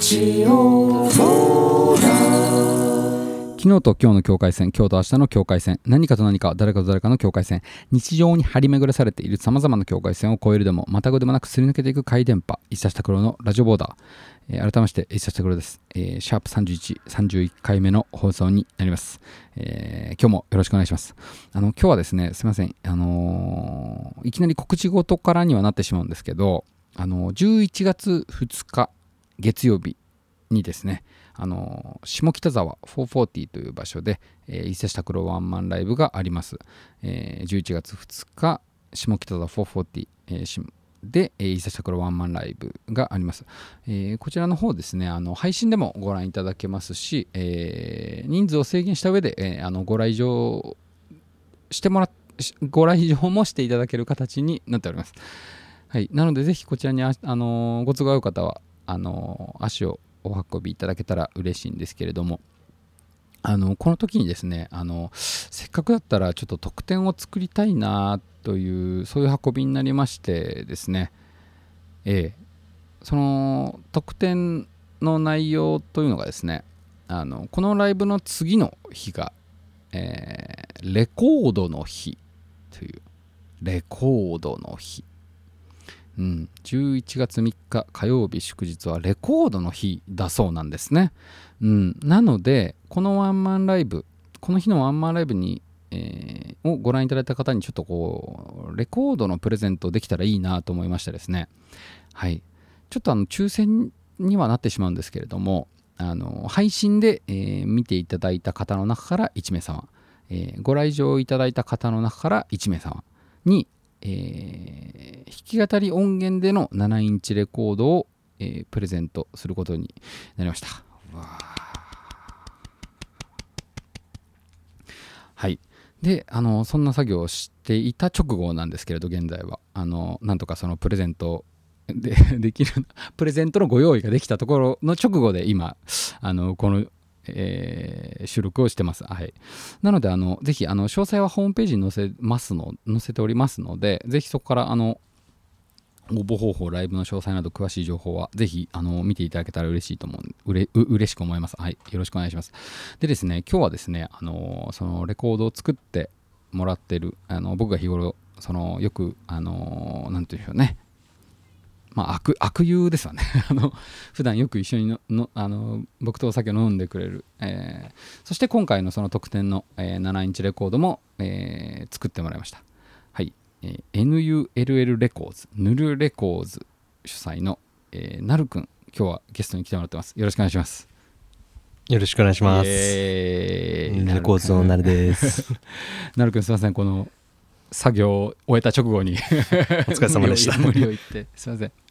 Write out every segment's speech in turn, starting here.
ジオフォーラ。 昨日と今日の境界線、今日と明日の境界線、何かと何か、誰かと誰かの境界線、日常に張り巡らされている様々な境界線を越えるでもまたぐでもなくすり抜けていく回電波、一茶下黒のラジオボーダー。改めまして一茶下黒です。シャープ31、31回目の放送になります。今日もよろしくお願いします。今日はですね、すいません、いきなり告知事からにはなってしまうんですけど、11月2日月曜日にですね、下北沢440という場所で、伊勢下黒ワンマンライブがあります。11月2日下北沢440、で、伊勢下黒ワンマンライブがあります。こちらの方ですね、配信でもご覧いただけますし、人数を制限した上で、ご来場もしていただける形になっております。はい、なのでぜひこちらにご都合が合う方は足をお運びいただけたら嬉しいんですけれども、この時にですね、せっかくだったらちょっと特典を作りたいなというそういう運びになりましてですね、その特典の内容というのがですね、このライブの次の日が、レコードの日というレコードの日、11月3日火曜日祝日はレコードの日だそうなんですね。なのでこのワンマンライブ、この日のワンマンライブに、をご覧いただいた方にちょっとこうレコードのプレゼントできたらいいなと思いましてですね、はい、ちょっと抽選にはなってしまうんですけれども、配信で、見ていただいた方の中から1名様、ご来場いただいた方の中から1名様に弾き語り音源での7インチレコードを、プレゼントすることになりました。はい。で、そんな作業をしていた直後なんですけれど、現在はなんとかそのプレゼントできるプレゼントのご用意ができたところの直後で今この収録をしてます。はい。なのでぜひ詳細はホームページに載せておりますので、ぜひそこから応募方法、ライブの詳細など詳しい情報はぜひ見ていただけたら嬉ししく思います。はい。よろしくお願いします。でですね、今日はですね、そのレコードを作ってもらってる僕が日頃よくなんていうんでしょうね。悪友ですわね普段よく一緒に僕とお酒を飲んでくれる、そして今回のその特典の、7インチレコードも、作ってもらいました。はい、NULL レコーズ、ヌルレコーズ主催の、なるくん、今日はゲストに来てもらってます。よろしくお願いします。 よろしくお願いします。 レコーズのなるですなるくん、すいません、この作業を終えた直後にお疲れ様でした無理を言ってすいません。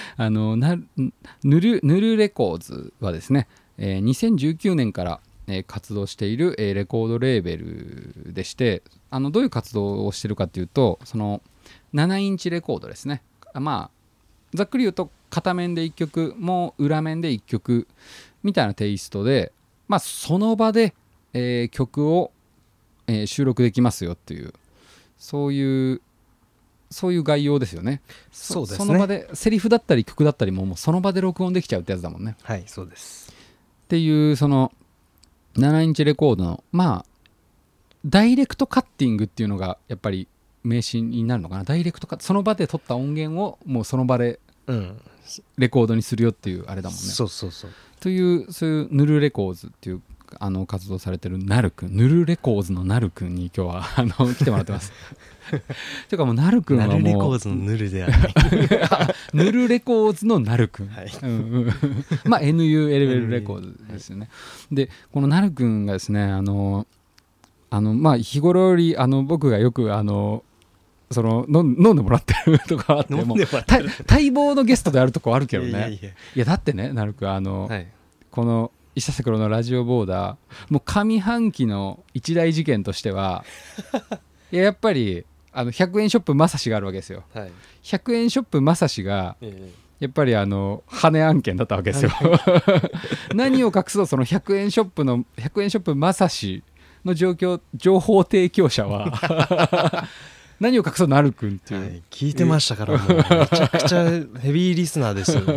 ヌルレコーズはですね、2019年から、活動している、レコードレーベルでして、どういう活動をしているかというと、その7インチレコードですね。ざっくり言うと片面で1曲、もう裏面で1曲みたいなテイストで、その場で、曲を、収録できますよっていうそういう概要ですよね。 そうですね。 その場でセリフだったり曲だったりもうその場で録音できちゃうってやつだもんね。 はい、そうです。 っていうその7インチレコードのダイレクトカッティングっていうのがやっぱり名詞になるのかな。ダイレクトカット、その場で撮った音源をもうその場でレコードにするよっていうあれだもんね。 そうというそういうヌルレコーズっていう活動されてるなるくん、ヌルレコーズのなるくんに今日は来てもらってますていうかもうなるくんはもうなるレコーズのヌルではないヌルレコーズのなるくん、 はい、 NULL レコーズですよね。でこのなるくんがですね日頃より僕がよく飲んでもらってるとかあっても待望のゲストであるとこあるけどね。いやだってね、なるくんはい、この伊佐桜のラジオボーダー、もう上半期の一大事件としてやっぱり100円ショップまさしがあるわけですよ。はい、100円ショップまさしがやっぱり羽案件だったわけですよ何を隠そう、その100円ショップまさしの情報提供者は何を隠そうなるくんっていう、 はい、聞いてましたからもうめちゃくちゃヘビーリスナーですよ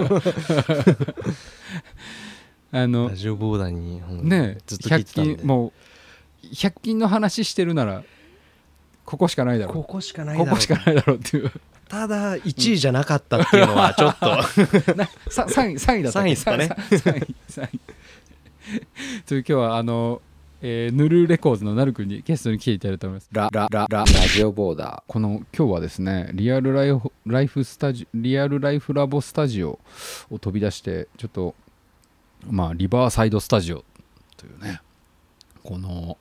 ラジオボーダーにねずっと聞いてたんで 100均もう100均の話してるならここしかないだろうここしかないだろうここしかないだろうっていうただ1位じゃなかったっていうのはちょっと 3位だった 3位ですかね 3位という今日はヌルレコーズのなるくんにゲストに来ていただいておりますラジオボーダーこの今日はですねリアルライフラボスタジオを飛び出してちょっとまあリバーサイドスタジオというねこの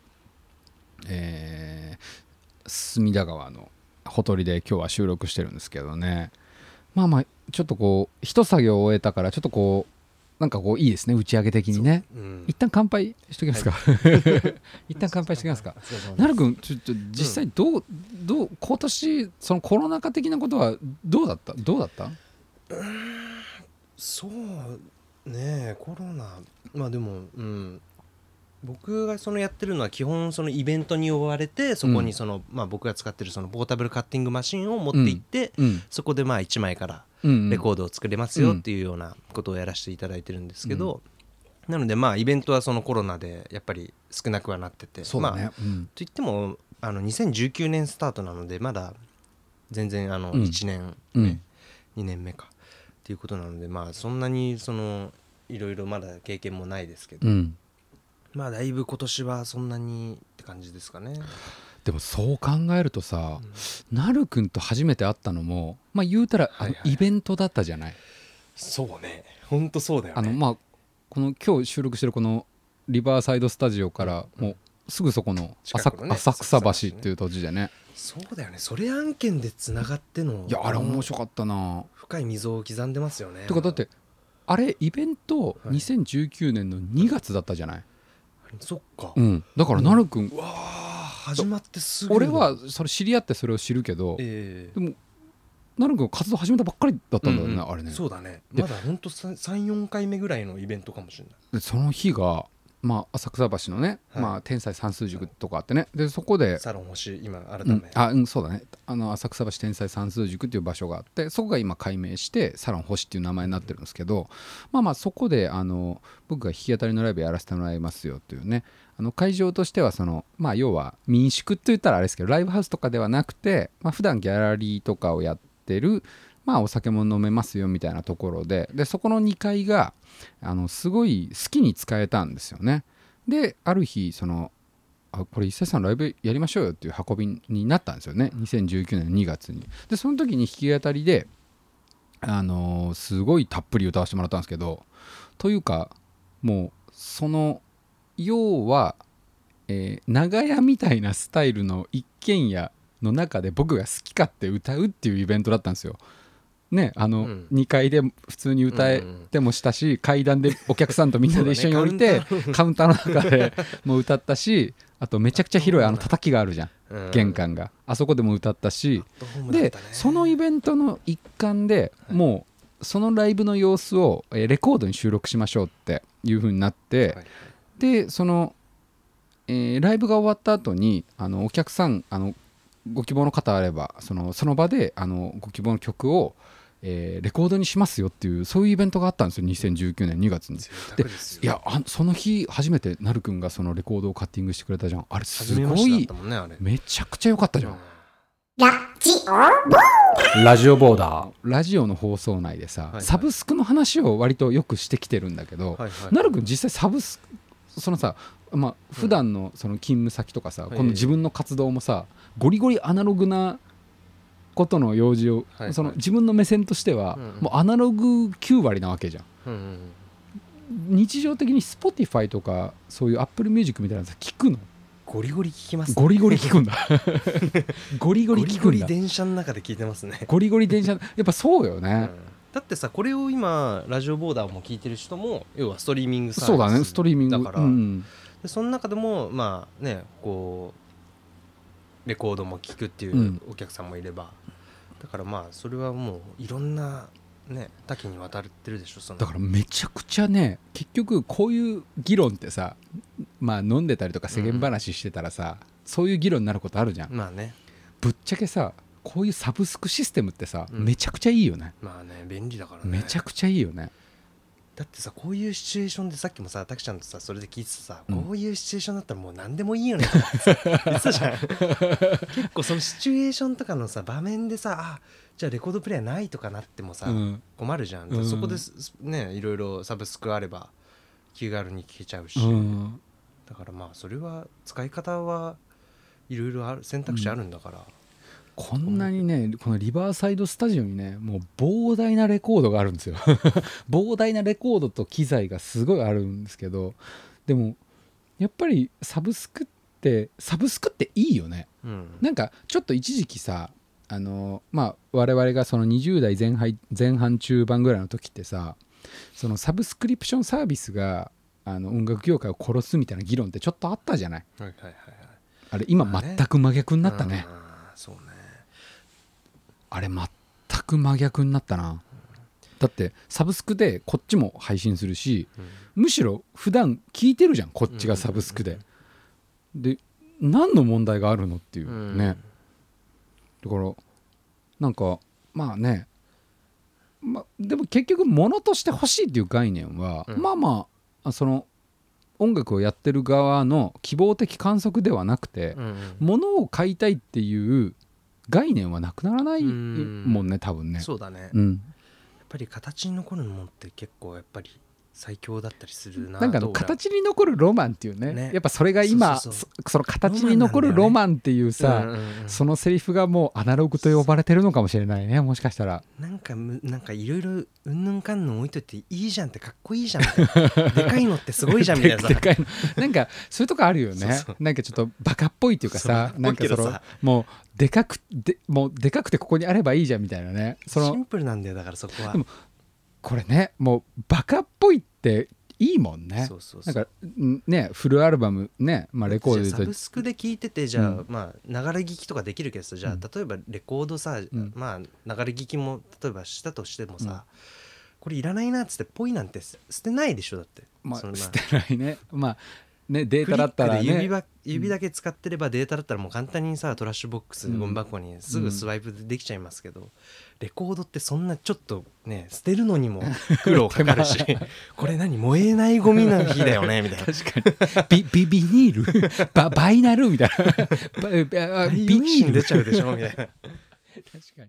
隅田川のほとりで今日は収録してるんですけどねまあちょっとこう一作業を終えたからちょっとこうなんかこういいですね打ち上げ的にね、一旦乾杯しときますか、一旦乾杯しときますかなるくんちょっと実際どう今年そのコロナ禍的なことはどうだったそうねコロナまあでも僕がそのやってるのは基本そのイベントに呼ばれてそこにその、僕が使ってるそのポータブルカッティングマシンを持って行って、そこで1枚からレコードを作れますよっていうようなことをやらせていただいてるんですけど、なのでイベントはそのコロナでやっぱり少なくはなっててそうだね、 といっても2019年スタートなのでまだ全然1年目、2年目かっていうことなのでそんなにそのいろいろまだ経験もないですけど、だいぶ今年はそんなにって感じですかね。 でもそう考えるとさ、なるくんと初めて会ったのも言うたらイベントだったじゃない。 そうねほんとそうだよね。 この今日収録してるこのリバーサイドスタジオからもうすぐそこの浅草橋っていう土地でね。 そうだよねそれ案件でつながってのいやあれ面白かったな。 深い溝を刻んでますよね。 てかだってあれイベント2019年の2月だったじゃない。 そっか、 だからなるくん、 わ始まってすぐ俺はそれ知り合ってそれを知るけど、でもなるくん活動始めたばっかりだったんだよね、あれね。 そうだねまだほんと 3,4 回目ぐらいのイベントかもしれない。 でその日が浅草橋のね、天才算数塾とかあってねでそこでサロン星今改め、 そうだね浅草橋天才算数塾っていう場所があってそこが今改名してサロン星っていう名前になってるんですけど、そこで僕が弾き語りのライブやらせてもらいますよっていうね会場としてはその要は民宿って言ったらあれですけどライブハウスとかではなくて普段ギャラリーとかをやってるお酒も飲めますよみたいなところでそこの2階がすごい好きに使えたんですよね。である日これ一切さんライブやりましょうよっていう運びになったんですよね2019年の2月に。でその時に弾き語りですごいたっぷり歌わせてもらったんですけどというかもうその要は、長屋みたいなスタイルの一軒家の中で僕が好き勝手歌うっていうイベントだったんですよ。ね、2階で普通に歌えてもしたし、階段でお客さんとみんなで一緒に降りてカウンターの中でも歌ったしあとめちゃくちゃ広い叩きがあるじゃん、玄関があそこでも歌ったしでそのイベントの一環でもうそのライブの様子をレコードに収録しましょうっていう風になってでそのライブが終わった後にお客さんご希望の方あればその場でご希望の曲をレコードにしますよっていうそういうイベントがあったんですよ2019年2月に。でいやその日初めてなるくんがそのレコードをカッティングしてくれたじゃん。あれすごいめちゃくちゃ良かったじゃん。ラジオボーダーラジオの放送内でさ、サブスクの話を割とよくしてきてるんだけど、なるくん実際サブスクそのさ普段のその勤務先とかさ、この自分の活動もさゴリゴリアナログなことの用事を、その自分の目線としては、もうアナログ9割なわけじゃん、日常的に Spotify とかそういう Apple Music みたいなやつ聞くの？ ゴリゴリ聞きます、ね、 ゴリゴリ聞くんだゴリゴリ聞くんだ。 ゴリゴリ電車の中で聞いてますね。 ゴリゴリ電車やっぱそうよね、 だってさこれを今ラジオボーダーも聞いてる人も要はストリーミングサービスそうだねストリーミングだから、でその中でもこうレコードも聴くっていうお客さんもいれば、だからそれはもういろんなね多岐にわたってるでしょ。 だからめちゃくちゃね結局こういう議論ってさ飲んでたりとか世間話してたらさ、そういう議論になることあるじゃん。 ねぶっちゃけさこういうサブスクシステムってさ、 うんめちゃくちゃいいよね。 まあね便利だからね。 めちゃくちゃいいよね。 だってさこういうシチュエーションでさっきもさたくちゃんとさそれで聞いてたさ、 うんこういうシチュエーションだったらもう何でもいいよねとかさ言ってたじゃん結構そのシチュエーションとかのさ場面でさあじゃあレコードプレイヤーないとかなってもさ、 うん困るじゃん、 うんそこですねいろいろサブスクあれば気軽に聞けちゃうし、 うんだからまあそれは使い方はいろいろある選択肢あるんだから、 こんなにねこのリバーサイドスタジオにねもう膨大なレコードがあるんですよ膨大なレコードと機材がすごいあるんですけど、でもやっぱりサブスクっていいよね。 うんなんかちょっと一時期さまあ我々がその20代前半中盤ぐらいの時ってさそのサブスクリプションサービスが音楽業界を殺すみたいな議論ってちょっとあったじゃない。 はいはいはいはいあれ今まあね全く真逆になったね。 そうねあれ全く真逆になったな。だってサブスクでこっちも配信するし、むしろ普段聞いてるじゃんこっちがサブスクで、で何の問題があるのっていうね、だからなんかまあね、でも結局物として欲しいっていう概念は、 うんまあまあその音楽をやってる側の希望的観測ではなくて、物を買いたいっていう概念はなくならないもんね多分ね。 そうだね、やっうん、 ぱり形に残るものって結構やっぱり最強だったりするななんかと俺は形に残るロマンっていうね、 ねやっぱそれが今そうそうその形に残るロマンっていうさ、 うんうんうんそのセリフがもうアナログと呼ばれてるのかもしれないね、もしかしたら。 なんかいろいろうんぬんかんぬん置いといていいじゃんってかっこいいじゃんみたいなでかいのってすごいじゃんみたいなさでかいのなんかそういうとこあるよね。 そうそうなんかちょっとバカっぽいっていうかさ、 そうなんかそのバカっぽいけどさもうでかくてここにあればいいじゃんみたいなね。そのシンプルなんだよだからそこはでもこれねもうバカっぽいっていいもんね。 そうそうそうなんかねフルアルバムね、まあ、レコードでじゃあ言うとサブスクで聞いててじゃあ、 うんまあ流れ聞きとかできるけどさじゃあ、 うん例えばレコードさ、 んまあ流れ聞きも例えばしたとしてもさ、 うんこれいらないなっつってポイなんて捨てないでしょだって、そんなまあ捨てないね。まあねデータだったらクリックでね指だけ使ってればデータだったらもう簡単にさトラッシュボックス、 うんゴミ箱にすぐスワイプでできちゃいますけど、レコードってそんなちょっとね捨てるのにも苦労かかるしこれ何燃えないゴミの日だよねみたいな確かにビニールバイナルみたいなビニール出ちゃうでしょみたいな確かに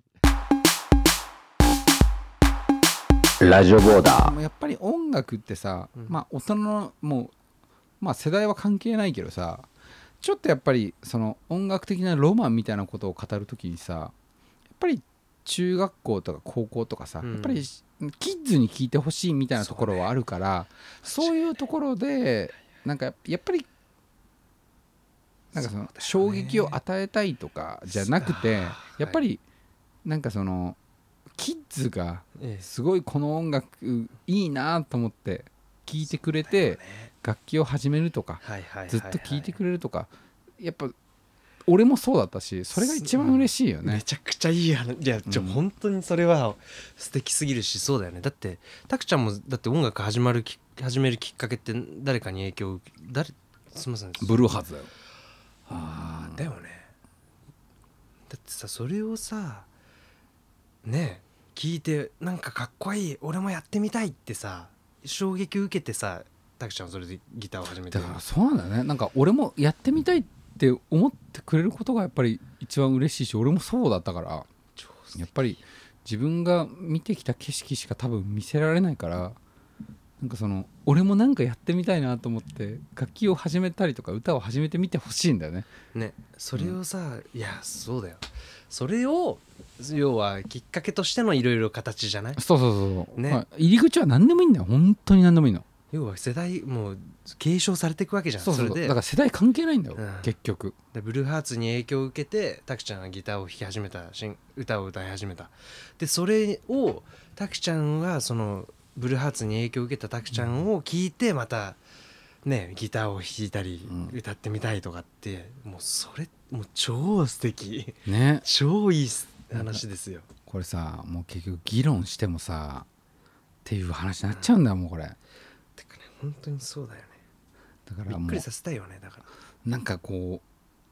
ラジオボーダー。 やっぱり音楽ってさ、 うんまあ大人のもうまあ世代は関係ないけどさ、ちょっとやっぱりその音楽的なロマンみたいなことを語るときにさ、やっぱり中学校とか高校とかさ、 うんやっぱりキッズに聞いてほしいみたいなところはあるからそういうところでなんかやっぱりなんかその衝撃を与えたいとかじゃなくて、やっぱりなんかそのキッズがええすごいこの音楽いいなと思って聴いてくれて楽器を始めるとかはいはいはいはいずっと聴いてくれるとか、やっぱ俺もそうだったしそれが一番嬉しいよね。 めちゃくちゃいい話いや本当にそれは素敵すぎるしそうだよね。だってたくちゃんもだって音楽始めるきっかけって誰かに影響を受けすみませんブルーハーツだよ。 だよね。だってさそれをさね聞いてなんかかっこいい俺もやってみたいってさ衝撃受けてさたくちゃんはそれでギターを始めてだからそうなんだよね。なんか俺もやってみたいって思ってくれることがやっぱり一番嬉しいし、俺もそうだったからやっぱり自分が見てきた景色しか多分見せられないから、なんかその俺もなんかやってみたいなと思って楽器を始めたりとか歌を始めてみてほしいんだよね。 ねそれをさ、いやそうだよそれを要はきっかけとしてのいろいろ形じゃないそうそうそう、 ねまあ、入り口は何でもいいんだよ。本当に何でもいいの。 要は世代もう継承されていくわけじゃん。 そうそうそう、 れでだから世代関係ないんだよ、 うん結局。 でブルーハーツに影響を受けてタクちゃんがギターを弾き始めた歌を歌い始めた。でそれをタクちゃんはそのブルーハーツに影響を受けたタクちゃんを聞いてまたねギターを弾いたりうん歌ってみたいとかって、もうそれもう超素敵ね、 超いい話ですよ。 これさもう結局議論してもさっていう話になっちゃうんだよ、もうこれ。 てかね本当にそうだよね。 だからもうびっくりさせたいよねだから。 なんかこ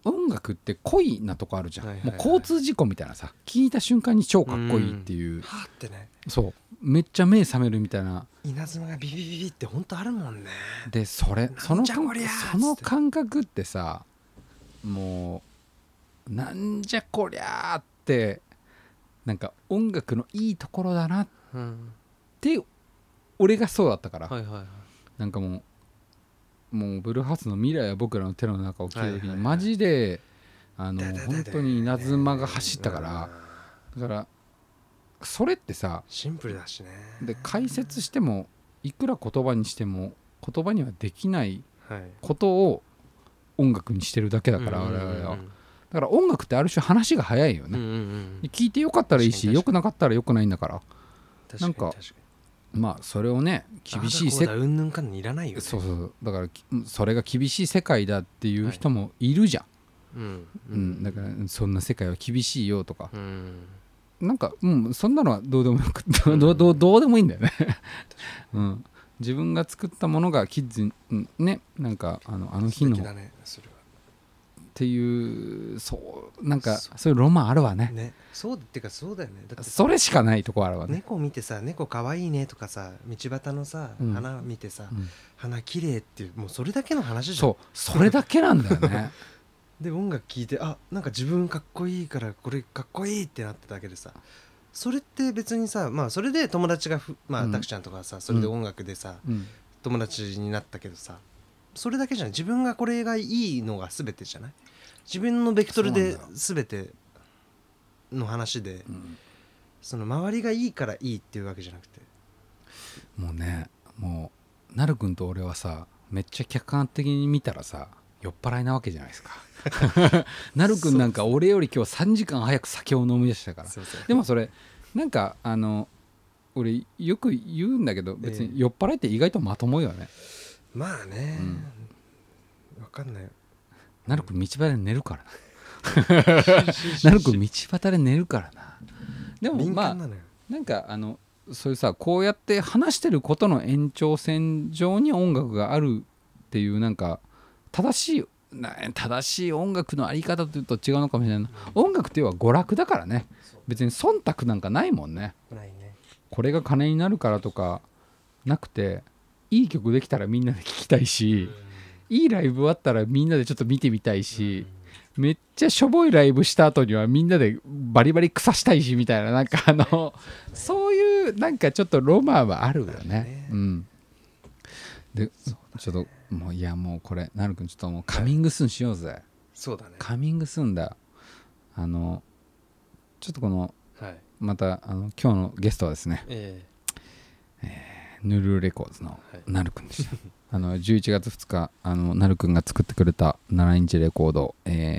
音楽って濃いなとこあるじゃん、 はいはいはい、 もう交通事故みたいなさ、聞いた瞬間に超かっこいいっていう、 はあってね、 そうめっちゃ目覚めるみたいな。 稲妻がビビビビって本当あるもんね。 でそなんじゃこりゃその感覚ってさ、もうなんじゃこりゃーってなんか音楽のいいところだなっうんて、俺がそうだったから、 はいはいはい、 なんかもうブルーハーツの未来は僕らの手の中を聞いた時に、 はいはいはい、 マジで本当に稲ね妻が走ったから、だからそれってさ、 シンプルだしね。 で解説してもいくら言葉にしても言葉にはできないはいことを音楽にしてるだけだから、我々は。だから音楽ってある種話が早いよね、聞いてよかったらいいし、よくなかったらよくないんだから。なんかまあそれをね、厳しい世界、 うんぬんかんぬんいらないよね。 そうそう、だからそれが厳しい世界だっていう人もいるじゃん、だからそんな世界は厳しいよとか、なんかそんなのはどうでもよくどうでもいいんだよね、自分が作ったものがキッズにね、なんかあの日のっていう、そうなんかそういうロマンあるわね。 そうってかそうだよね。だってそれしかないとこあるわね。 猫見てさ、猫かわいいねとかさ、道端のさ、花見てさ、花綺麗っていう、もうそれだけの話じゃん。 そうそれだけなんだよね。 で音楽聴いて、あ、なんか自分かっこいいからこれかっこいいってなってただけでさ、それって別にさ、まあそれで友達がたくちゃんとかさ、それで音楽でさ、友達になったけどさ、それだけじゃない。自分がこれがいいのが全てじゃない。自分のベクトルで全ての話で、その周りがいいからいいっていうわけじゃなくて、 もうね、もうなるくんと俺はさ、めっちゃ客観的に見たらさ、酔っ払いなわけじゃないですか。なるくんなんか俺より今日3時間早く酒を飲み出したから。でもそれなんか俺よく言うんだけど、別に酔っ払いって意外とまともよね。 まあね、分かんないよ。 なるくん道端で寝るからな。なるくん道端で寝るからな。でもまあなんかそういうさ、こうやって話してることの延長線上に音楽があるっていう、なんか正しい音楽のあり方というと違うのかもしれないな。音楽っていうのは娯楽だからね。別に忖度なんかないもんね。これが金になるからとかなくて、いい曲できたらみんなで聴きたいし、いいライブあったらみんなでちょっと見てみたいし、めっちゃしょぼいライブした後にはみんなでバリバリ腐したいしみたいな、なんかそういうなんかちょっとロマンはあるよね。でちょっともう、いやもうこれなるくんちょっともうカミングスーンしようぜ。 そうだね。 カミングスーンだ。ちょっとこの、また今日のゲストはですね、ヌルーレコーズのなるくんでした。11月2日なるくんが作ってくれた7インチレコード、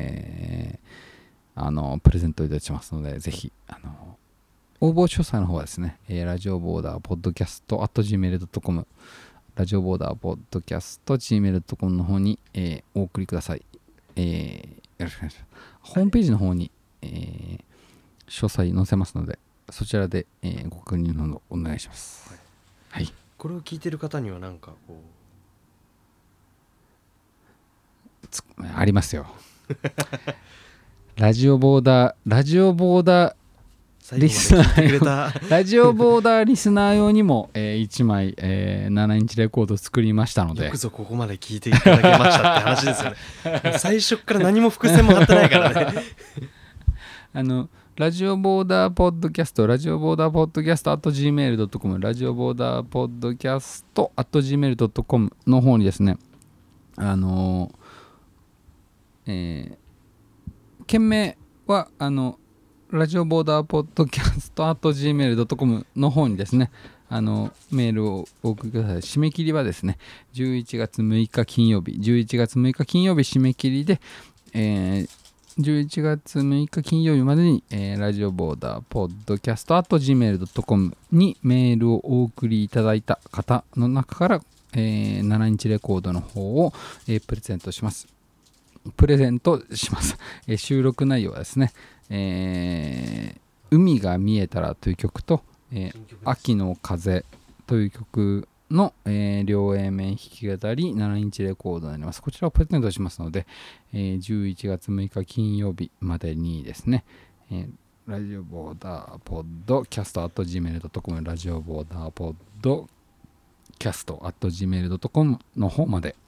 プレゼントいたしますので、ぜひ応募詳細の方はですね、ラジオボーダーポッドキャスト @gmail.com ラジオボーダーポッドキャスト gmail.com の方に、お送りください。よろしくお願いします。ホームページの方に、詳細載せますので、そちらで、ご確認のお願いします。はい。 これを聞いてる方には何かこうありますよ。ラジオボーダーリスナーラジオボーダーリスナー用にも、1枚、7インチレコードを作りましたので、 よくぞここまで聞いていただけましたって話ですよね。最初から何も伏線も張ってないからね。 ラジオボーダーポッドキャスト@gmail.com ラジオボーダーポッドキャスト@gmail.com の方にですね、件名はラジオボーダーポッドキャスト@gmail.com の方にですね、メールをお送りください。締め切りはですね、11月6日金曜日締め切りで、11月6日金曜日までに、ラジオボーダーポッドキャスト@gmail.com にメールをお送りいただいた方の中から、7インチレコードの方を、プレゼントします。収録内容はですね、海が見えたらという曲と、秋の風という曲の、両 A 面弾き語り7インチレコードになります。こちらをプレゼントしますので、11月6日金曜日までにですね、ラジオボーダーポッドキャスト @gmail.com ラジオボーダーポッドキャスト @gmail.com の方まで、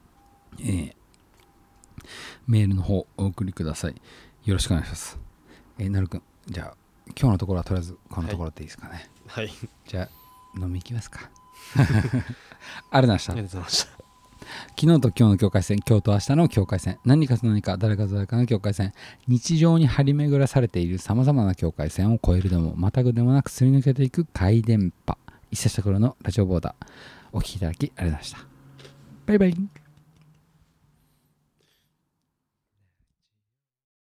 メールの方お送りください。よろしくお願いします。なるくん、じゃあ今日のところはとりあえずこのところでいいですかね。 はい、 じゃあ飲み行きますか。ありがとうございました。 ありがとうございました。 昨日と今日の境界線、今日と明日の境界線、何かと何か誰かと誰かの境界線、日常に張り巡らされているさまざまな境界線を越えるでもまたぐでもなくすり抜けていく回電波、一冊した頃のラジオボーダー、お聞きいただきありがとうございました。バイバイ。